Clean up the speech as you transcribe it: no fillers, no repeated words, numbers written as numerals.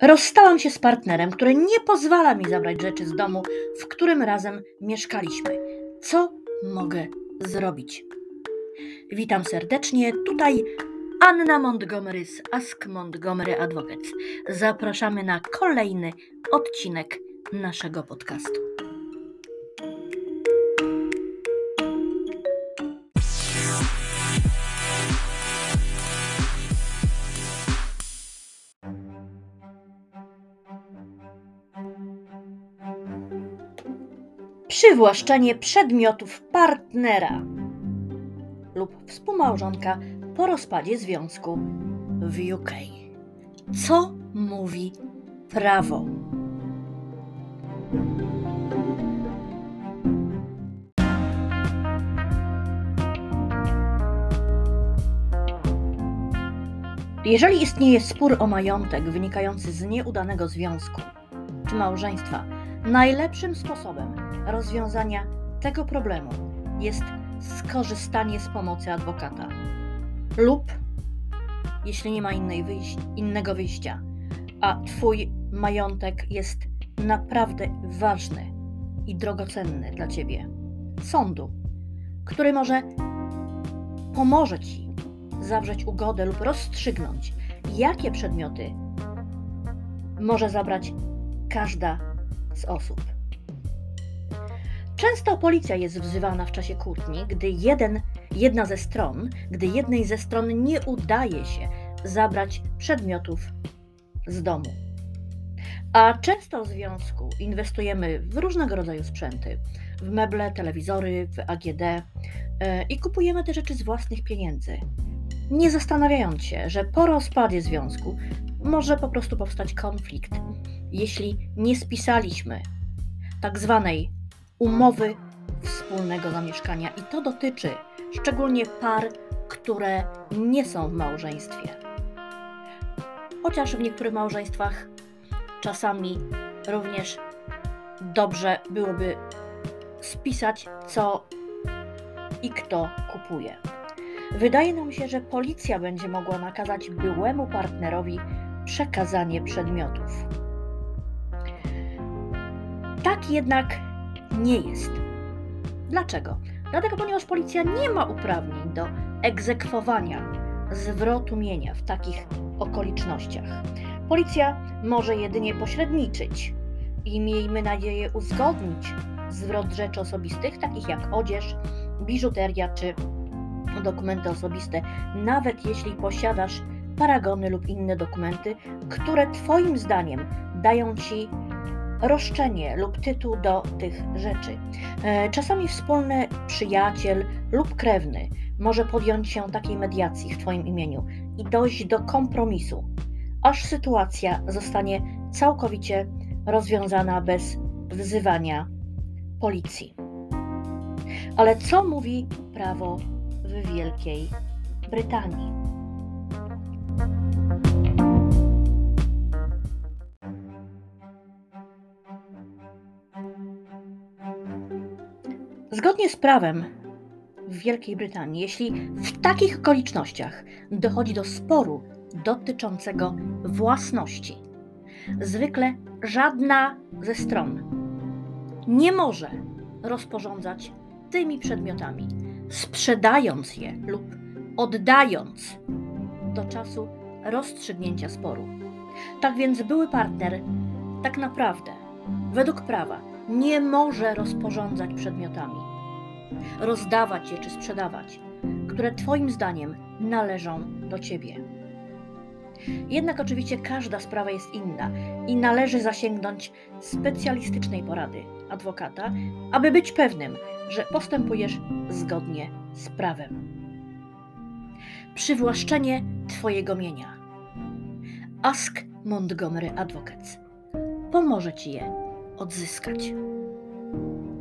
Rozstałam się z partnerem, który nie pozwala mi zabrać rzeczy z domu, w którym razem mieszkaliśmy. Co mogę zrobić? Witam serdecznie, tutaj Anna Montgomery z Ask Montgomery Advocates. Zapraszamy na kolejny odcinek naszego podcastu. Przywłaszczenie przedmiotów partnera lub współmałżonka po rozpadzie związku w UK. Co mówi prawo? Jeżeli istnieje spór o majątek wynikający z nieudanego związku czy małżeństwa, najlepszym sposobem rozwiązania tego problemu jest skorzystanie z pomocy adwokata lub, jeśli nie ma innego wyjścia, a Twój majątek jest naprawdę ważny i drogocenny dla Ciebie, sądu, który pomoże Ci zawrzeć ugodę lub rozstrzygnąć, jakie przedmioty może zabrać każda z osób. Często policja jest wzywana w czasie kłótni, gdy jednej ze stron nie udaje się zabrać przedmiotów z domu. A często w związku inwestujemy w różnego rodzaju sprzęty, w meble, telewizory, w AGD i kupujemy te rzeczy z własnych pieniędzy, nie zastanawiając się, że po rozpadzie związku może po prostu powstać konflikt, jeśli nie spisaliśmy tak zwanej umowy wspólnego zamieszkania, i to dotyczy szczególnie par, które nie są w małżeństwie. Chociaż w niektórych małżeństwach czasami również dobrze byłoby spisać, co i kto kupuje. Wydaje nam się, że policja będzie mogła nakazać byłemu partnerowi przekazanie przedmiotów. Tak jednak nie jest. Dlaczego? Dlatego, ponieważ policja nie ma uprawnień do egzekwowania zwrotu mienia w takich okolicznościach. Policja może jedynie pośredniczyć i, miejmy nadzieję, uzgodnić zwrot rzeczy osobistych, takich jak odzież, biżuteria czy dokumenty osobiste, nawet jeśli posiadasz paragony lub inne dokumenty, które Twoim zdaniem dają Ci roszczenie lub tytuł do tych rzeczy. Czasami wspólny przyjaciel lub krewny może podjąć się takiej mediacji w Twoim imieniu i dojść do kompromisu, aż sytuacja zostanie całkowicie rozwiązana bez wzywania policji. Ale co mówi prawo w Wielkiej Brytanii? Zgodnie z prawem w Wielkiej Brytanii, jeśli w takich okolicznościach dochodzi do sporu dotyczącego własności, zwykle żadna ze stron nie może rozporządzać tymi przedmiotami, sprzedając je lub oddając do czasu rozstrzygnięcia sporu. Tak więc były partner tak naprawdę, według prawa, nie może rozporządzać przedmiotami, rozdawać je czy sprzedawać, które Twoim zdaniem należą do Ciebie. Jednak oczywiście każda sprawa jest inna i należy zasięgnąć specjalistycznej porady adwokata, aby być pewnym, że postępujesz zgodnie z prawem. Przywłaszczenie Twojego mienia. Ask Montgomery Advocates pomoże Ci je odzyskać.